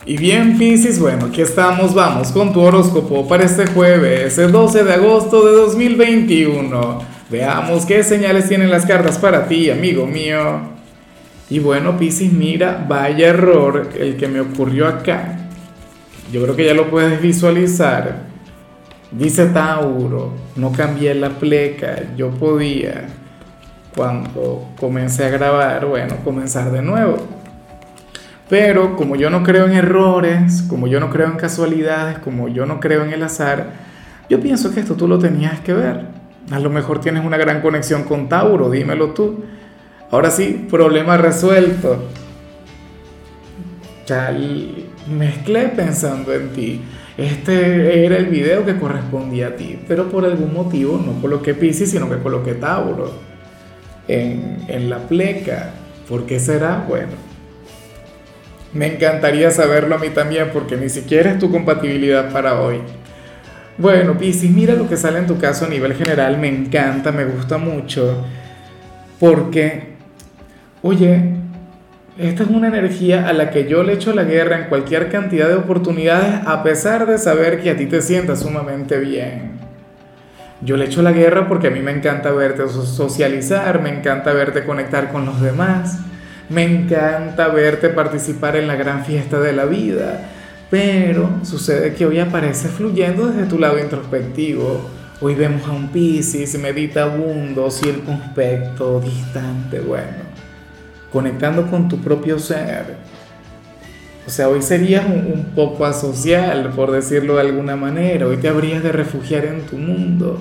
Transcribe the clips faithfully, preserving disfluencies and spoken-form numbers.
Y bien, Piscis, bueno, aquí estamos, vamos con tu horóscopo para este jueves, el doce de agosto de dos mil veintiuno. Veamos qué señales tienen las cartas para ti, amigo mío. Y bueno, Piscis, mira, vaya error el que me ocurrió acá. Yo creo que ya lo puedes visualizar. Dice Tauro, no cambié la pleca, yo podía, cuando comencé a grabar, bueno, comenzar de nuevo. Pero como yo no creo en errores, como yo no creo en casualidades, como yo no creo en el azar, yo pienso que esto tú lo tenías que ver. A lo mejor tienes una gran conexión con Tauro, dímelo tú. Ahora sí, problema resuelto. Ya l- mezclé pensando en ti. Este era el video que correspondía a ti, pero por algún motivo no coloqué Piscis, sino que coloqué Tauro en, en la pleca. ¿Por qué será? Bueno. Me encantaría saberlo a mí también porque ni siquiera es tu compatibilidad para hoy. Bueno, Piscis, mira lo que sale en tu caso a nivel general, me encanta, me gusta mucho, porque, oye, esta es una energía a la que yo le echo la guerra en cualquier cantidad de oportunidades, a pesar de saber que a ti te sientas sumamente bien. Yo le echo la guerra porque a mí me encanta verte so- socializar, me encanta verte conectar con los demás, me encanta verte participar en la gran fiesta de la vida, pero sucede que hoy aparece fluyendo desde tu lado introspectivo. Hoy vemos a un Piscis meditabundo, circunspecto, distante, bueno, conectando con tu propio ser. O sea, hoy serías un, un poco asocial, por decirlo de alguna manera. Hoy te habrías de refugiar en tu mundo.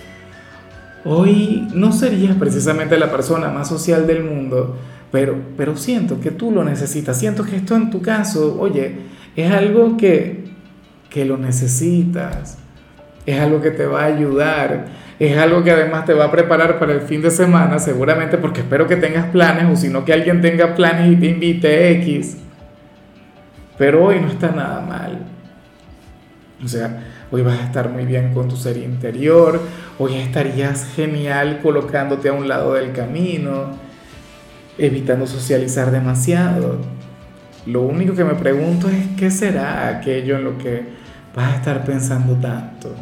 Hoy no serías precisamente la persona más social del mundo, pero, pero siento que tú lo necesitas. Siento que esto en tu caso, oye, es algo que, que lo necesitas. Es algo que te va a ayudar. Es algo que además te va a preparar para el fin de semana, seguramente porque espero que tengas planes, o si no que alguien tenga planes y te invite X. Pero hoy no está nada mal. O sea, hoy vas a estar muy bien con tu ser interior, hoy estarías genial colocándote a un lado del camino, evitando socializar demasiado. Lo único que me pregunto es qué será aquello en lo que vas a estar pensando tanto.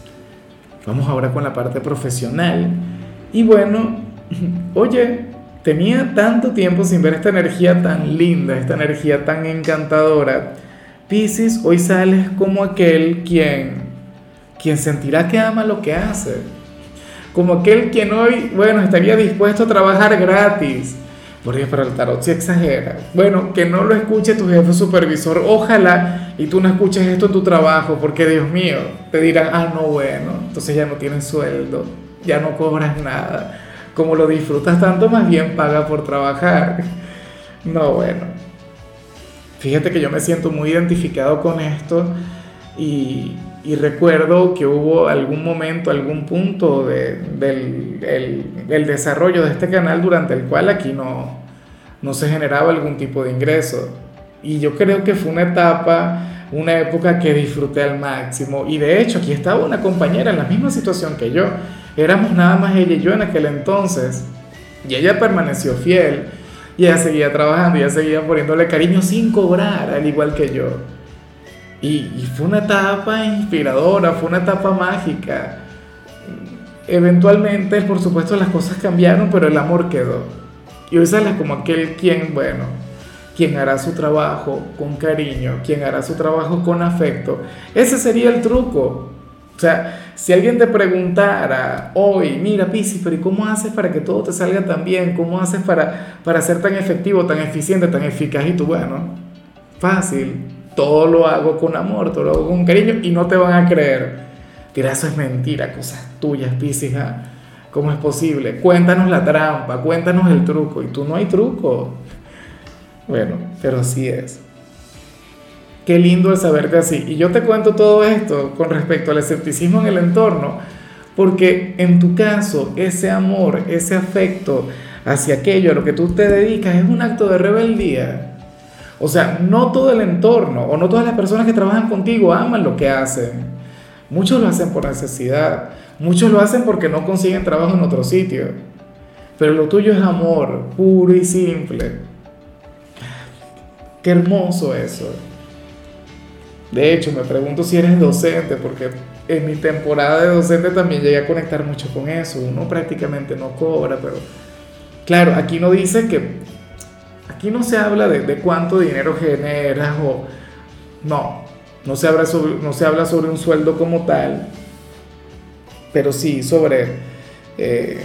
Vamos ahora con la parte profesional. Y bueno, oye, tenía tanto tiempo sin ver esta energía tan linda, esta energía tan encantadora. Piscis, hoy sales como aquel quien, quien sentirá que ama lo que hace. Como aquel quien hoy, bueno, estaría dispuesto a trabajar gratis. Porque para el tarot sí exagera. Bueno, que no lo escuche tu jefe supervisor. Ojalá y tú no escuches esto en tu trabajo, porque Dios mío, te dirán, ah, no, bueno, entonces ya no tienes sueldo, ya no cobras nada. Como lo disfrutas tanto, más bien paga por trabajar. No, bueno. Fíjate que yo me siento muy identificado con esto y, y recuerdo que hubo algún momento, algún punto de- del el, el desarrollo de este canal durante el cual aquí no, no se generaba algún tipo de ingreso. Y yo creo que fue una etapa, una época que disfruté al máximo. Y de hecho, aquí estaba una compañera en la misma situación que yo. Éramos nada más ella y yo en aquel entonces. Y ella permaneció fiel. Y ella seguía trabajando, ella seguía poniéndole cariño sin cobrar, al igual que yo. Y, y fue una etapa inspiradora, fue una etapa mágica. Eventualmente, por supuesto, las cosas cambiaron, pero el amor quedó. Y hoy sales como aquel quien, bueno, quien hará su trabajo con cariño, quien hará su trabajo con afecto. Ese sería el truco. O sea, si alguien te preguntara hoy, mira, Piscis, pero ¿y cómo haces para que todo te salga tan bien? ¿Cómo haces para, para ser tan efectivo, tan eficiente, tan eficaz? Y tú, bueno, fácil, todo lo hago con amor, todo lo hago con cariño y no te van a creer. Dirá, eso es mentira, cosas tuyas, Piscis. ¿Ah? ¿Cómo es posible? Cuéntanos la trampa, cuéntanos el truco. Y tú, no hay truco. Bueno, pero así es. Qué lindo el saberte así. Y yo te cuento todo esto con respecto al escepticismo en el entorno, porque en tu caso, ese amor, ese afecto hacia aquello a lo que tú te dedicas es un acto de rebeldía. O sea, no todo el entorno o no todas las personas que trabajan contigo aman lo que hacen. Muchos lo hacen por necesidad, muchos lo hacen porque no consiguen trabajo en otro sitio. Pero lo tuyo es amor, puro y simple. Qué hermoso eso. De hecho, me pregunto si eres docente, porque en mi temporada de docente también llegué a conectar mucho con eso. Uno prácticamente no cobra, pero claro, aquí no dice que, aquí no se habla de, de cuánto dinero generas o no, no se habla sobre, no se habla sobre un sueldo como tal, pero sí sobre, eh,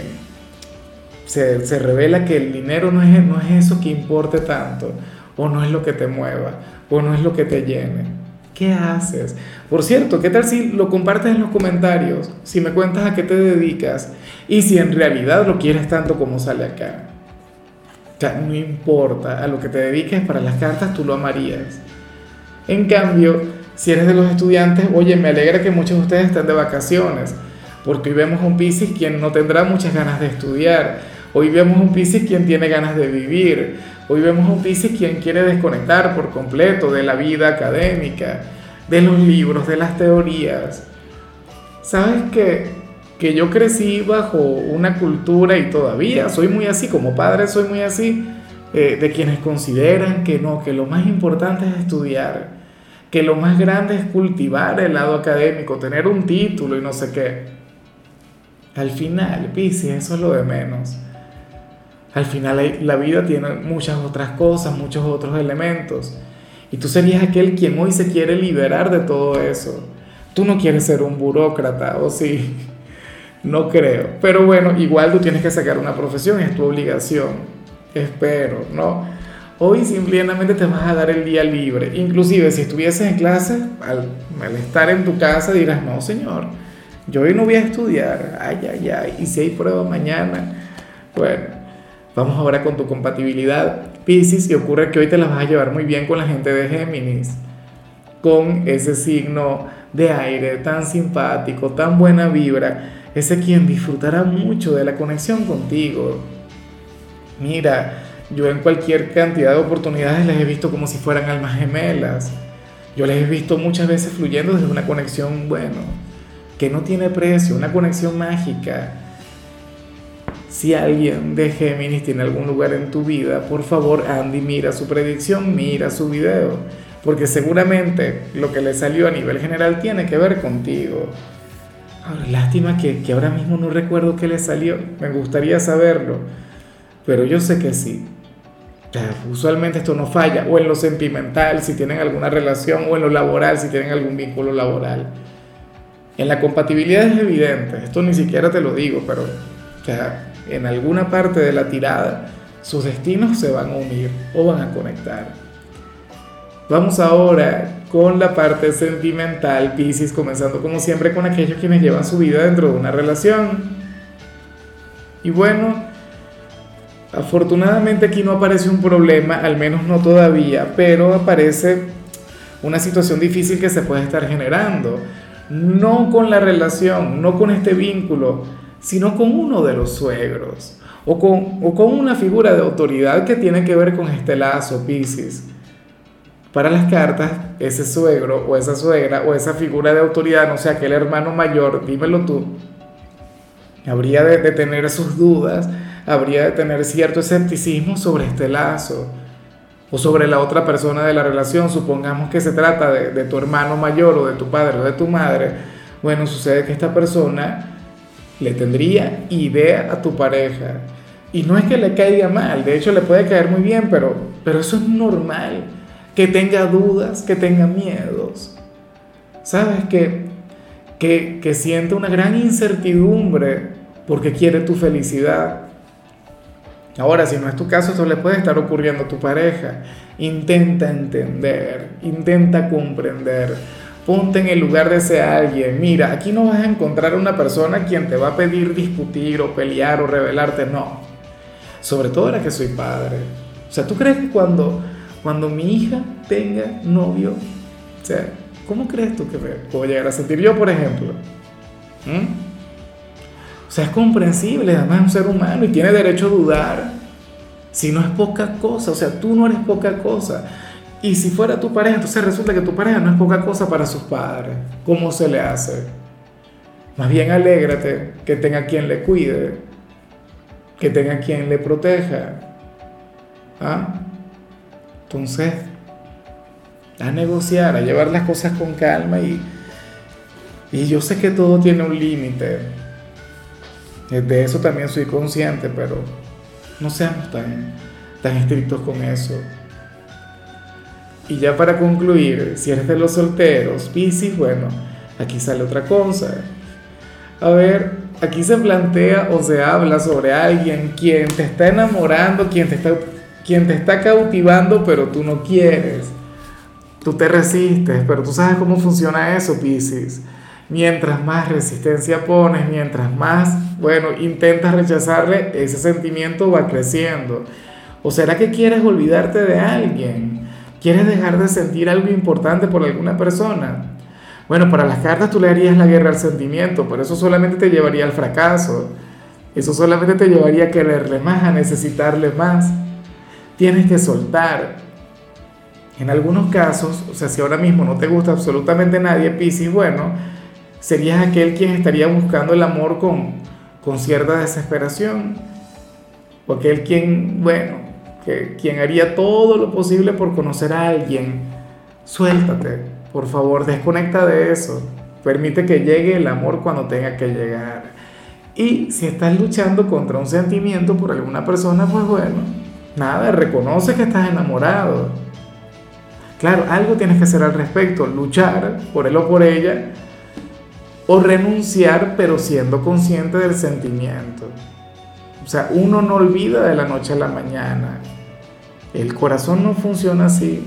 se, se revela que el dinero no es, no es eso que importe tanto, o no es lo que te mueva, o no es lo que te llene. ¿Qué haces? Por cierto, ¿qué tal si lo compartes en los comentarios? Si me cuentas a qué te dedicas y si en realidad lo quieres tanto como sale acá. O sea, no importa a lo que te dediques, para las cartas tú lo amarías. En cambio, si eres de los estudiantes, oye, me alegra que muchos de ustedes estén de vacaciones, porque hoy vemos a un Piscis quien no tendrá muchas ganas de estudiar, hoy vemos a un Piscis quien tiene ganas de vivir, hoy vemos a un Piscis quien quiere desconectar por completo de la vida académica, de los libros, de las teorías. ¿Sabes qué? Que yo crecí bajo una cultura y todavía soy muy así, como padre soy muy así, eh, de quienes consideran que no, que lo más importante es estudiar, que lo más grande es cultivar el lado académico, tener un título y no sé qué. Al final, Piscis, eso es lo de menos. Al final la vida tiene muchas otras cosas, muchos otros elementos. Y tú serías aquel quien hoy se quiere liberar de todo eso. Tú no quieres ser un burócrata, ¿o sí? No creo. Pero bueno, igual tú tienes que sacar una profesión, es tu obligación. Espero, ¿no? Hoy simplemente te vas a dar el día libre. Inclusive si estuvieses en clase, al, al estar en tu casa dirás, no señor, yo hoy no voy a estudiar. Ay, ay, ay. Y si hay prueba mañana, bueno, vamos ahora con tu compatibilidad, Piscis, y ocurre que hoy te la vas a llevar muy bien con la gente de Géminis, con ese signo de aire tan simpático, tan buena vibra, ese quien disfrutará mucho de la conexión contigo. Mira, yo en cualquier cantidad de oportunidades les he visto como si fueran almas gemelas. Yo les he visto muchas veces fluyendo desde una conexión, bueno, que no tiene precio, una conexión mágica. Si alguien de Géminis tiene algún lugar en tu vida, por favor, Andy, mira su predicción, mira su video, porque seguramente lo que le salió a nivel general tiene que ver contigo. Ahora, lástima que, que ahora mismo no recuerdo qué le salió, me gustaría saberlo, pero yo sé que sí. O sea, usualmente esto no falla, o en lo sentimental, si tienen alguna relación, o en lo laboral, si tienen algún vínculo laboral. En la compatibilidad es evidente, esto ni siquiera te lo digo, pero o sea, en alguna parte de la tirada sus destinos se van a unir o van a conectar. Vamos ahora con la parte sentimental, Piscis, comenzando como siempre con aquellos quienes llevan su vida dentro de una relación. Y bueno, afortunadamente aquí no aparece un problema, al menos no todavía, pero aparece una situación difícil que se puede estar generando. No con la relación, no con este vínculo, sino con uno de los suegros o con, o con una figura de autoridad que tiene que ver con este lazo, Piscis. Para las cartas, ese suegro o esa suegra o esa figura de autoridad, no sé, aquel hermano mayor, dímelo tú, habría de, de tener sus dudas, habría de tener cierto escepticismo sobre este lazo o sobre la otra persona de la relación. Supongamos que se trata de, de tu hermano mayor o de tu padre o de tu madre. Bueno, sucede que esta persona le tendría idea a tu pareja. Y no es que le caiga mal, de hecho le puede caer muy bien, pero, pero eso es normal, que tenga dudas, que tenga miedos. ¿Sabes? Que, que, que siente una gran incertidumbre porque quiere tu felicidad. Ahora, si no es tu caso, esto le puede estar ocurriendo a tu pareja. Intenta entender, intenta comprender. Ponte en el lugar de ese alguien. Mira, aquí no vas a encontrar una persona quien te va a pedir discutir o pelear o rebelarte, no. Sobre todo ahora que soy padre. O sea, ¿tú crees que cuando, cuando mi hija tenga novio, o sea, ¿cómo crees tú que me puedo llegar a sentir yo, por ejemplo? ¿Mm? O sea, es comprensible, además es un ser humano y tiene derecho a dudar. Si no es poca cosa, o sea, tú no eres poca cosa. Y si fuera tu pareja, entonces resulta que tu pareja no es poca cosa para sus padres. ¿Cómo se le hace? Más bien alégrate que tenga quien le cuide, que tenga quien le proteja. ¿Ah? Entonces, a negociar, a llevar las cosas con calma y, y yo sé que todo tiene un límite. De eso también soy consciente, pero no seamos tan, tan estrictos con eso. Y ya para concluir, si eres de los solteros, Piscis, bueno, aquí sale otra cosa. A ver, aquí se plantea o se habla sobre alguien quien te está enamorando, quien te está, quien te está cautivando, pero tú no quieres. Tú te resistes, pero tú sabes cómo funciona eso, Piscis. Mientras más resistencia pones, mientras más, bueno, intentas rechazarle, ese sentimiento va creciendo. ¿O será que quieres olvidarte de alguien? ¿Quieres dejar de sentir algo importante por alguna persona? Bueno, para las cartas tú le harías la guerra al sentimiento, pero eso solamente te llevaría al fracaso. Eso solamente te llevaría a quererle más, a necesitarle más. Tienes que soltar. En algunos casos, o sea, si ahora mismo no te gusta absolutamente nadie, Piscis, bueno, serías aquel quien estaría buscando el amor con, con cierta desesperación. O aquel quien, bueno, que, quien haría todo lo posible por conocer a alguien. Suéltate, por favor, desconecta de eso. Permite que llegue el amor cuando tenga que llegar. Y si estás luchando contra un sentimiento por alguna persona, pues bueno, nada, reconoce que estás enamorado. Claro, algo tienes que hacer al respecto, luchar por él o por ella, o renunciar pero siendo consciente del sentimiento. O sea, uno no olvida de la noche a la mañana. El corazón no funciona así.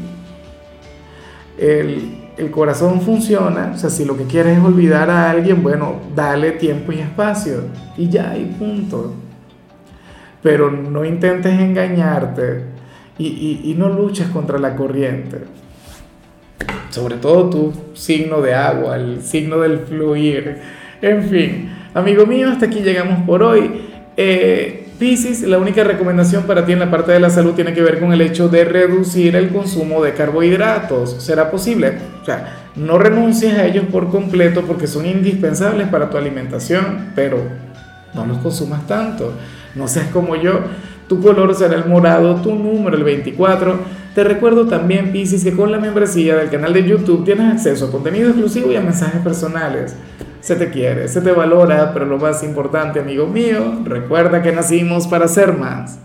El, el corazón funciona, o sea, si lo que quieres es olvidar a alguien, bueno, dale tiempo y espacio y ya, y punto. Pero no intentes engañarte y, y, y no luches contra la corriente. Sobre todo tu signo de agua, el signo del fluir. En fin, amigo mío, hasta aquí llegamos por hoy. Eh, Piscis, la única recomendación para ti en la parte de la salud tiene que ver con el hecho de reducir el consumo de carbohidratos. ¿Será posible? O sea, no renuncies a ellos por completo porque son indispensables para tu alimentación, pero no los consumas tanto. No seas como yo. Tu color será el morado, tu número el veinticuatro. Te recuerdo también, Piscis, que con la membresía del canal de YouTube tienes acceso a contenido exclusivo y a mensajes personales. Se te quiere, se te valora, pero lo más importante, amigo mío, recuerda que nacimos para ser más.